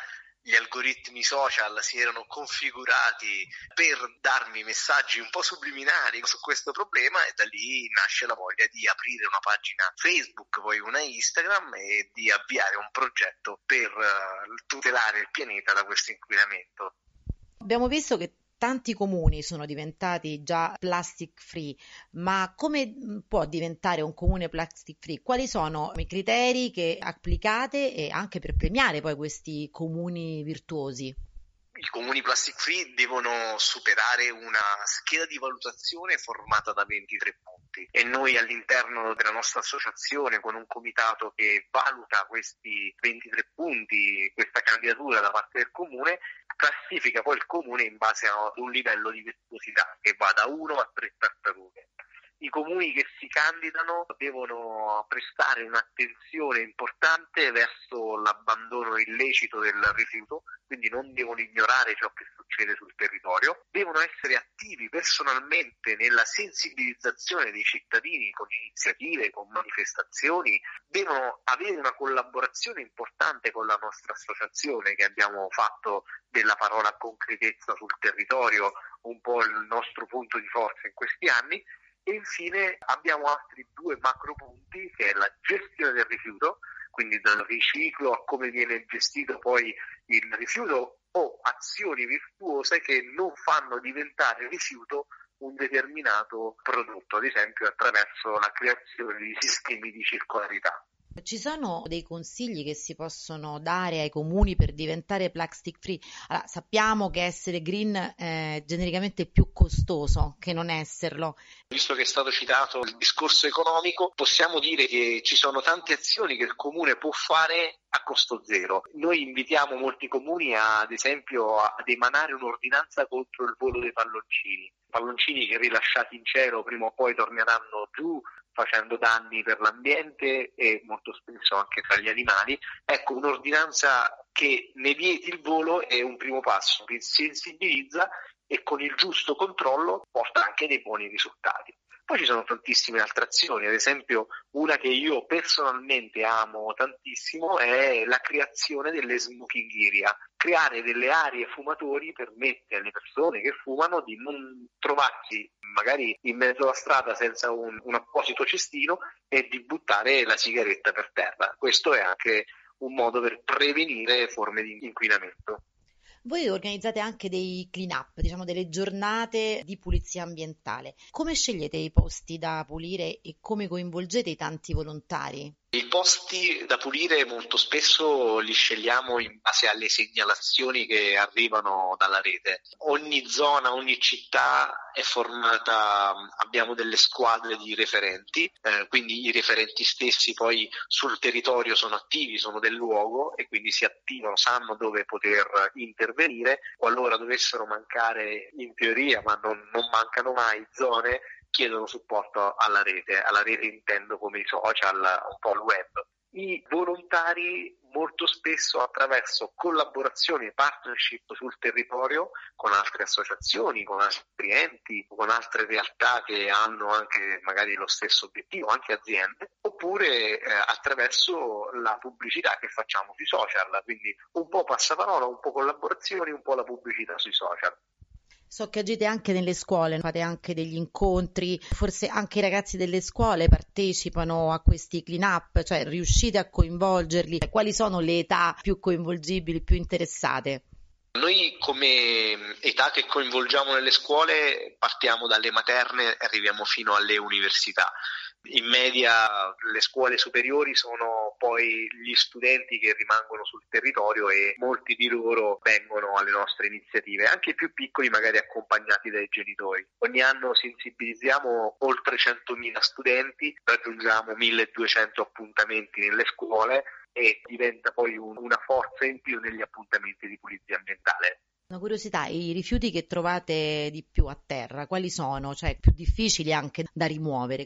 [SPEAKER 13] gli algoritmi social si erano configurati per darmi messaggi un po' subliminali su questo problema, e da lì nasce la voglia di aprire una pagina Facebook, poi una Instagram, e di avviare un progetto per tutelare il pianeta da questo inquinamento.
[SPEAKER 12] Abbiamo visto che tanti comuni sono diventati già plastic free, ma come può diventare un comune plastic free? Quali sono i criteri che applicate e anche per premiare poi questi comuni virtuosi?
[SPEAKER 13] I comuni plastic free devono superare una scheda di valutazione formata da 23 punti, e noi all'interno della nostra associazione, con un comitato che valuta questi 23 punti, questa candidatura da parte del comune, classifica poi il comune in base a un livello di virtuosità che va da 1 a 3 tartarughe. I comuni che si candidano devono prestare un'attenzione importante verso l'abbandono illecito del rifiuto, quindi non devono ignorare ciò che succede sul territorio, devono essere attivi personalmente nella sensibilizzazione dei cittadini con iniziative, con manifestazioni, devono avere una collaborazione importante con la nostra associazione, che abbiamo fatto della parola concretezza sul territorio un po' il nostro punto di forza in questi anni. E infine abbiamo altri 2 macro punti, che è la gestione del rifiuto, quindi dal riciclo a come viene gestito poi il rifiuto, o azioni virtuose che non fanno diventare rifiuto un determinato prodotto, ad esempio attraverso la creazione di sistemi di circolarità.
[SPEAKER 12] Ci sono dei consigli che si possono dare ai comuni per diventare plastic free? Allora, sappiamo che essere green è genericamente più costoso che non esserlo.
[SPEAKER 13] Visto che è stato citato il discorso economico, possiamo dire che ci sono tante azioni che il comune può fare a costo zero. Noi invitiamo molti comuni ad esempio ad emanare un'ordinanza contro il volo dei palloncini che rilasciati in cielo prima o poi torneranno giù, facendo danni per l'ambiente e molto spesso anche tra gli animali. Ecco, un'ordinanza che ne vieti il volo è un primo passo, che sensibilizza e con il giusto controllo porta anche dei buoni risultati. Poi ci sono tantissime altre azioni, ad esempio una che io personalmente amo tantissimo è la creazione delle smoking area. Creare delle aree fumatori permette alle persone che fumano di non trovarsi magari in mezzo alla strada senza un apposito cestino e di buttare la sigaretta per terra. Questo è anche un modo per prevenire forme di inquinamento.
[SPEAKER 12] Voi organizzate anche dei clean up, diciamo delle giornate di pulizia ambientale. Come scegliete i posti da pulire e come coinvolgete i tanti volontari?
[SPEAKER 13] I posti da pulire molto spesso li scegliamo in base alle segnalazioni che arrivano dalla rete. Ogni zona, ogni città è formata, abbiamo delle squadre di referenti, quindi i referenti stessi poi sul territorio sono attivi, sono del luogo e quindi si attivano, sanno dove poter intervenire. Qualora dovessero mancare, in teoria, ma non mancano mai, zone, chiedono supporto alla rete intendo come i social, un po' il web. I volontari molto spesso attraverso collaborazioni e partnership sul territorio con altre associazioni, con altri enti, con altre realtà che hanno anche magari lo stesso obiettivo, anche aziende, oppure attraverso la pubblicità che facciamo sui social, quindi un po' passaparola, un po' collaborazioni, un po' la pubblicità sui social.
[SPEAKER 12] So che agite anche nelle scuole, fate anche degli incontri, forse anche i ragazzi delle scuole partecipano a questi clean up, cioè riuscite a coinvolgerli? Quali sono le età più coinvolgibili, più interessate?
[SPEAKER 13] Noi come età che coinvolgiamo nelle scuole partiamo dalle materne e arriviamo fino alle università. In media le scuole superiori sono poi gli studenti che rimangono sul territorio e molti di loro vengono alle nostre iniziative, anche i più piccoli magari accompagnati dai genitori. Ogni anno sensibilizziamo oltre 100.000 studenti, raggiungiamo 1.200 appuntamenti nelle scuole e diventa poi una forza in più negli appuntamenti di pulizia ambientale.
[SPEAKER 12] Una curiosità, i rifiuti che trovate di più a terra, quali sono? Cioè più difficili anche da rimuovere?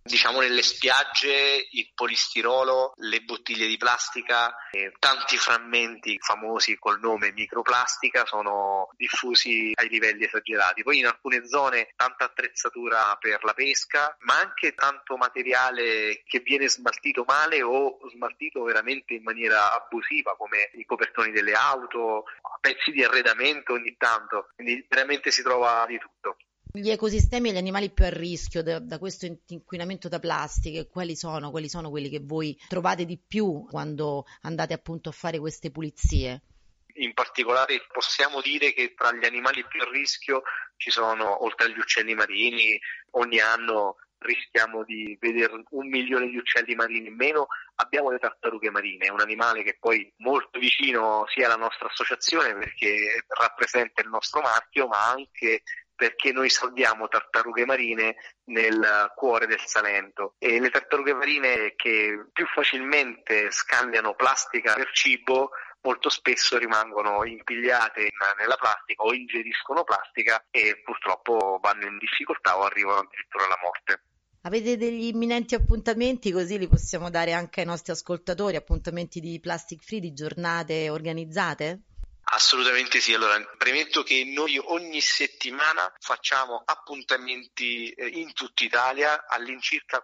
[SPEAKER 13] Diciamo nelle spiagge il polistirolo, le bottiglie di plastica, tanti frammenti famosi col nome microplastica sono diffusi ai livelli esagerati. Poi in alcune zone tanta attrezzatura per la pesca, ma anche tanto materiale che viene smaltito male o smaltito veramente in maniera abusiva, come i copertoni delle auto, pezzi di arredamento ogni tanto, quindi veramente si trova di tutto.
[SPEAKER 12] Gli ecosistemi e gli animali più a rischio da questo inquinamento da plastiche, quali sono quelli che voi trovate di più quando andate appunto a fare queste pulizie?
[SPEAKER 13] In particolare possiamo dire che tra gli animali più a rischio ci sono, oltre agli uccelli marini, ogni anno rischiamo di vedere 1 milione di uccelli marini in meno. Abbiamo le tartarughe marine, un animale che poi molto vicino sia alla nostra associazione perché rappresenta il nostro marchio, ma anche perché noi salviamo tartarughe marine nel cuore del Salento, e le tartarughe marine che più facilmente scambiano plastica per cibo molto spesso rimangono impigliate nella plastica o ingeriscono plastica e purtroppo vanno in difficoltà o arrivano addirittura alla morte.
[SPEAKER 12] Avete degli imminenti appuntamenti, così li possiamo dare anche ai nostri ascoltatori, appuntamenti di Plastic Free, di giornate organizzate?
[SPEAKER 13] Assolutamente sì. Allora, premetto che noi ogni settimana facciamo appuntamenti in tutta Italia, all'incirca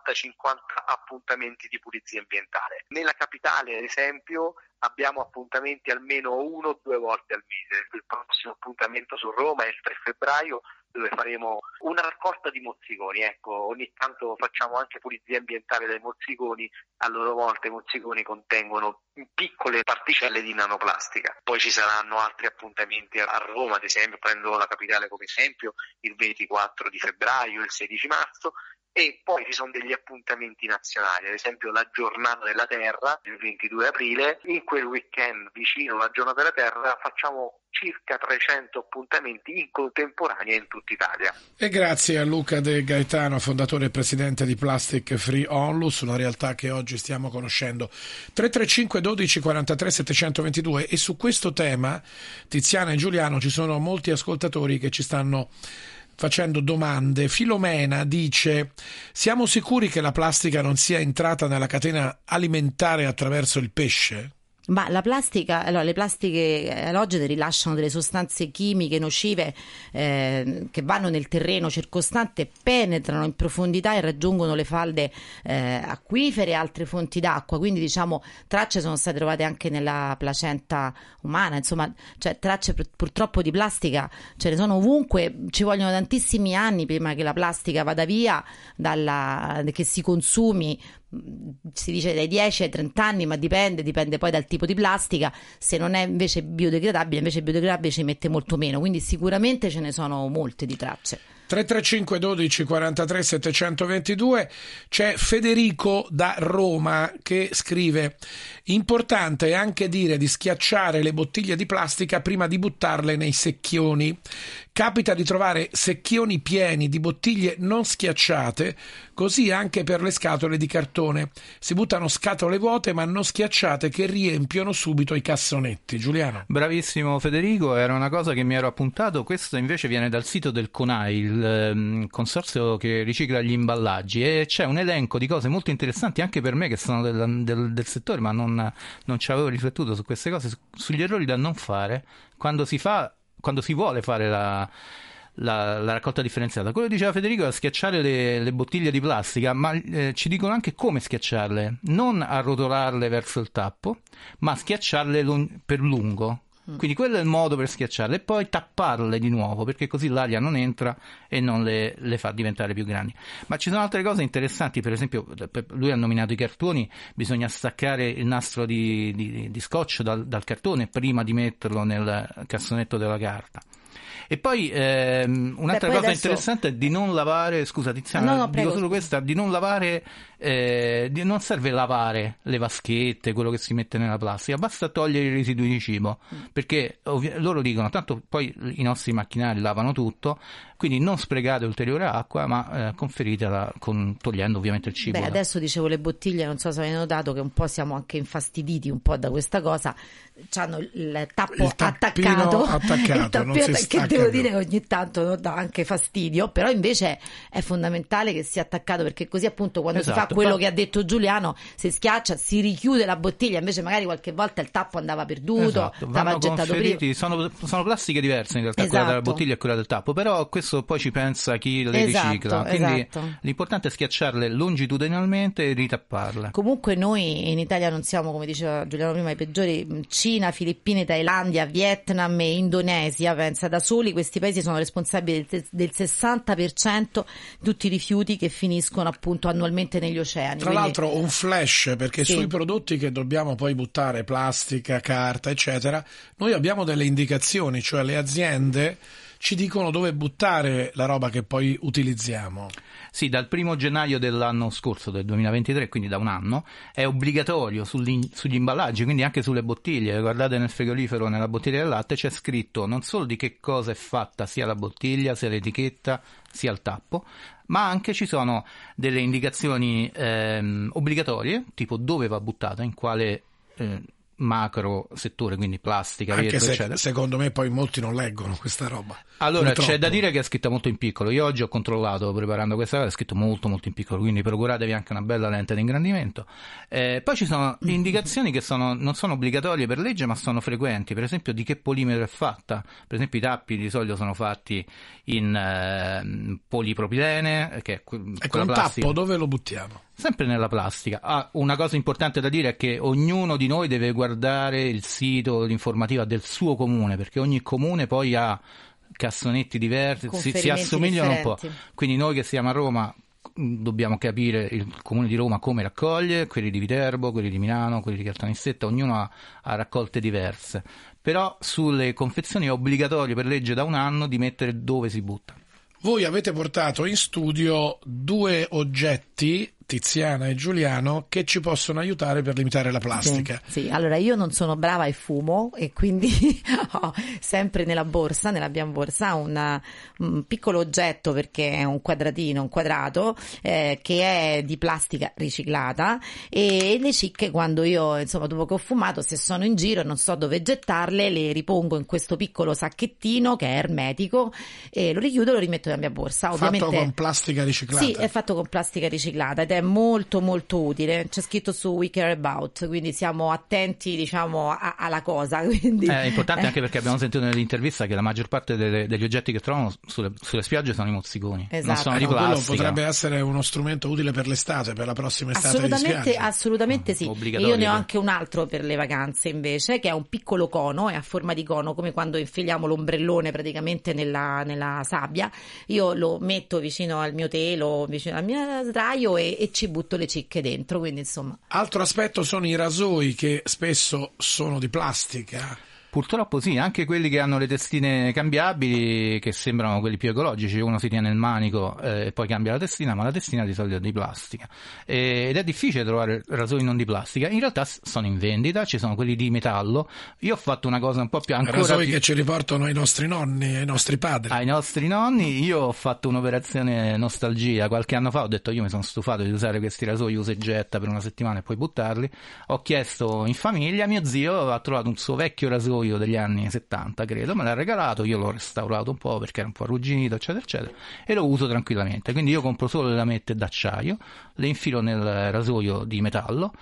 [SPEAKER 13] 40-50 appuntamenti di pulizia ambientale. Nella capitale, ad esempio, abbiamo appuntamenti almeno 1 o 2 volte al mese. Il prossimo appuntamento su Roma è il 3 febbraio, dove faremo una raccolta di mozziconi. Ecco, ogni tanto facciamo anche pulizia ambientale dai mozziconi. A loro volta i mozziconi contengono piccole particelle di nanoplastica. Poi ci saranno altri appuntamenti a Roma, ad esempio, prendo la capitale come esempio, il 24 di febbraio, il 16 marzo. E poi ci sono degli appuntamenti nazionali, ad esempio la Giornata della Terra, il 22 aprile. In quel weekend vicino alla Giornata della Terra facciamo circa 300 appuntamenti in contemporanea in tutta Italia.
[SPEAKER 8] E grazie a Luca De Gaetano, fondatore e presidente di Plastic Free Onlus, una realtà che oggi stiamo conoscendo. 335 12 43 722. E su questo tema, Tiziana e Giuliano, ci sono molti ascoltatori che ci stanno facendo domande. Filomena dice: siamo sicuri che la plastica non sia entrata nella catena alimentare attraverso il pesce?
[SPEAKER 12] Ma la plastica, allora, le plastiche alogene rilasciano delle sostanze chimiche nocive che vanno nel terreno circostante, penetrano in profondità e raggiungono le falde acquifere e altre fonti d'acqua. Quindi diciamo tracce sono state trovate anche nella placenta umana, insomma, cioè tracce purtroppo di plastica ce ne sono ovunque. Ci vogliono tantissimi anni prima che la plastica vada via, che si consumi. Si dice dai 10 ai 30 anni, ma dipende poi dal tipo di plastica. Se non è invece biodegradabile ci mette molto meno, quindi sicuramente ce ne sono molte di tracce.
[SPEAKER 8] 335 12 43 722. C'è Federico da Roma che scrive: importante è anche dire di schiacciare le bottiglie di plastica prima di buttarle nei secchioni. Capita di trovare secchioni pieni di bottiglie non schiacciate, così anche per le scatole di cartone. Si buttano scatole vuote ma non schiacciate che riempiono subito i cassonetti. Giuliano.
[SPEAKER 11] Bravissimo Federico, era una cosa che mi ero appuntato. Questo invece viene dal sito del CONAI, il consorzio che ricicla gli imballaggi, e c'è un elenco di cose molto interessanti anche per me che sono del settore, ma non ci avevo riflettuto su queste cose, sugli errori da non fare quando si vuole fare la raccolta differenziata. Quello che diceva Federico è schiacciare le bottiglie di plastica, ma ci dicono anche come schiacciarle: non arrotolarle verso il tappo, ma schiacciarle per lungo. Quindi quello è il modo per schiacciarle, e poi tapparle di nuovo, perché così l'aria non entra e non le fa diventare più grandi. Ma ci sono altre cose interessanti. Per esempio, lui ha nominato i cartoni. Bisogna staccare il nastro di scotch dal cartone prima di metterlo nel cassonetto della carta. E poi un'altra cosa interessante è di non lavare, scusa Tiziana, dico solo questa, di non lavare non serve lavare le vaschette, quello che si mette nella plastica, basta togliere i residui di cibo, perché loro dicono tanto poi i nostri macchinari lavano tutto, quindi non sprecate ulteriore acqua, ma conferitela togliendo ovviamente il cibo.
[SPEAKER 12] Adesso dicevo le bottiglie, non so se avete notato che un po' siamo anche infastiditi un po' da questa cosa, c'hanno il tappo attaccato il tappeto, che devo dire che ogni tanto dà anche fastidio, però invece è fondamentale che sia attaccato, perché così appunto quando si fa quello che ha detto Giuliano, si schiaccia, si richiude la bottiglia, invece magari qualche volta il tappo andava perduto, andava gettato prima.
[SPEAKER 11] Sono plastiche diverse in realtà, quella della bottiglia e quella del tappo, però questo poi ci pensa chi le ricicla, quindi l'importante è schiacciarle longitudinalmente e ritapparle.
[SPEAKER 12] Comunque noi in Italia non siamo, come diceva Giuliano prima, i peggiori. Cina, Filippine, Thailandia, Vietnam e Indonesia, pensa, da soli questi paesi sono responsabili del 60% di tutti i rifiuti che finiscono appunto annualmente negli oceani.
[SPEAKER 8] Tra l'altro un flash, perché sui prodotti che dobbiamo poi buttare, plastica, carta eccetera, noi abbiamo delle indicazioni, cioè le aziende ci dicono dove buttare la roba che poi utilizziamo.
[SPEAKER 11] Sì, dal 1 gennaio dell'anno scorso, del 2023, quindi da un anno, è obbligatorio sugli imballaggi, quindi anche sulle bottiglie. Guardate nel frigorifero, nella bottiglia del latte, c'è scritto non solo di che cosa è fatta sia la bottiglia, sia l'etichetta, sia il tappo, ma anche ci sono delle indicazioni obbligatorie, tipo dove va buttata, in quale macro settore, quindi plastica,
[SPEAKER 8] anche
[SPEAKER 11] vetro,
[SPEAKER 8] se
[SPEAKER 11] eccetera.
[SPEAKER 8] Secondo me poi molti non leggono questa roba.
[SPEAKER 11] Allora
[SPEAKER 8] purtroppo.
[SPEAKER 11] C'è da dire che è scritta molto in piccolo. Io oggi ho controllato preparando questa cosa, è scritto molto molto in piccolo, quindi procuratevi anche una bella lente di ingrandimento. Poi ci sono indicazioni che non sono obbligatorie per legge, ma sono frequenti, per esempio di che polimero è fatta. Per esempio i tappi di solito sono fatti in polipropilene, che è quella
[SPEAKER 8] un
[SPEAKER 11] plastica.
[SPEAKER 8] Tappo dove lo buttiamo?
[SPEAKER 11] Sempre nella plastica. Una cosa importante da dire è che ognuno di noi deve guardare il sito, l'informativa del suo comune, perché ogni comune poi ha cassonetti diversi, si assomigliano differenti. Un po'. Quindi noi che siamo a Roma dobbiamo capire il comune di Roma come raccoglie, quelli di Viterbo, quelli di Milano, quelli di Caltanissetta, ognuno ha raccolte diverse. Però sulle confezioni è obbligatorio per legge da un anno di mettere dove si butta.
[SPEAKER 8] Voi avete portato in studio 2 oggetti, Tiziana e Giuliano, che ci possono aiutare per limitare la plastica.
[SPEAKER 12] Sì, allora io non sono brava e fumo, e quindi ho sempre nella mia borsa un piccolo oggetto, perché è un quadrato che è di plastica riciclata, e le cicche, quando io dopo che ho fumato, se sono in giro e non so dove gettarle, le ripongo in questo piccolo sacchettino che è ermetico, e lo richiudo e lo rimetto nella mia borsa.
[SPEAKER 8] Ovviamente, fatto con plastica riciclata? Sì,
[SPEAKER 12] è fatto con plastica riciclata ed è molto molto utile. C'è scritto su We Care About, quindi siamo attenti alla cosa. Quindi
[SPEAKER 11] è importante anche perché abbiamo sentito nell'intervista che la maggior parte degli oggetti che trovano sulle spiagge sono i mozziconi, non sono di plastica.
[SPEAKER 8] Quello potrebbe essere uno strumento utile per l'estate, per la prossima estate di spiaggia.
[SPEAKER 12] Assolutamente sì. E io ne ho anche un altro per le vacanze invece, che è un piccolo cono, è a forma di cono, come quando infiliamo l'ombrellone praticamente nella sabbia. Io lo metto vicino al mio telo, vicino al mio sdraio, e ci butto le cicche dentro, quindi insomma.
[SPEAKER 8] Altro aspetto sono i rasoi, che spesso sono di plastica.
[SPEAKER 11] Purtroppo sì, anche quelli che hanno le testine cambiabili, che sembrano quelli più ecologici, uno si tiene il manico e poi cambia la testina, ma la testina di solito è di plastica. Ed è difficile trovare rasoi non di plastica. In realtà sono in vendita, ci sono quelli di metallo. Io ho fatto una cosa un po' più
[SPEAKER 8] rasoi che ci riportano ai nostri nonni, ai nostri padri.
[SPEAKER 11] Ai nostri nonni. Io ho fatto un'operazione nostalgia qualche anno fa, ho detto io mi sono stufato di usare questi rasoi usa e getta per una settimana e poi buttarli. Ho chiesto in famiglia, mio zio ha trovato un suo vecchio rasoio degli anni 70 credo, me l'ha regalato, io l'ho restaurato un po' perché era un po' arrugginito eccetera eccetera, e lo uso tranquillamente. Quindi io compro solo le lamette d'acciaio, le infilo nel rasoio di metallo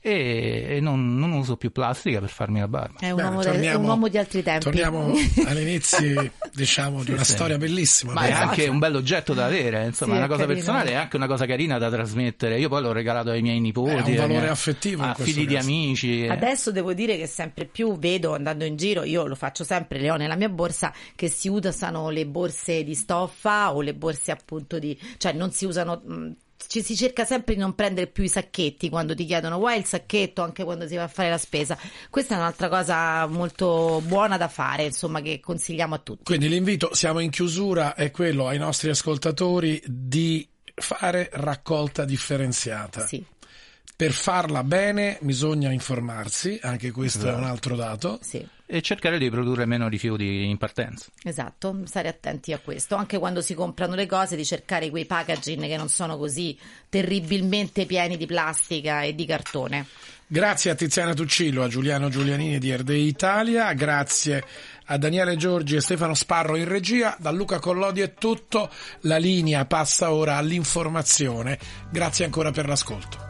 [SPEAKER 11] e non uso più plastica per farmi la barba.
[SPEAKER 12] È un uomo di altri tempi.
[SPEAKER 8] Torniamo agli inizi di una storia bellissima.
[SPEAKER 11] Ma è anche un bel oggetto da avere, insomma, è una cosa personale, è anche una cosa carina da trasmettere. Io poi l'ho regalato ai miei nipoti,
[SPEAKER 8] un valore affettivo,
[SPEAKER 11] a figli di amici.
[SPEAKER 12] Adesso devo dire che sempre più vedo, andando in giro, io lo faccio sempre, le ho nella mia borsa, che si usano le borse di stoffa o le borse appunto cioè non si usano. Si cerca sempre di non prendere più i sacchetti quando ti chiedono vuoi il sacchetto, anche quando si va a fare la spesa. Questa è un'altra cosa molto buona da fare, insomma, che consigliamo a tutti.
[SPEAKER 8] Quindi l'invito, siamo in chiusura, è quello ai nostri ascoltatori di fare raccolta differenziata.
[SPEAKER 12] Sì.
[SPEAKER 8] Per farla bene bisogna informarsi, anche questo è un altro dato.
[SPEAKER 12] Sì.
[SPEAKER 11] E cercare di produrre meno rifiuti in partenza.
[SPEAKER 12] Esatto, stare attenti a questo. Anche quando si comprano le cose, di cercare quei packaging che non sono così terribilmente pieni di plastica e di cartone.
[SPEAKER 8] Grazie a Tiziana Tuccillo, a Giuliano Giulianini di RDI Italia, grazie a Daniele Giorgi e Stefano Sparro in regia. Da Luca Collodi è tutto, la linea passa ora all'informazione. Grazie ancora per l'ascolto.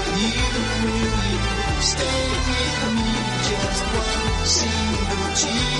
[SPEAKER 14] Stay with me, just one single cheer.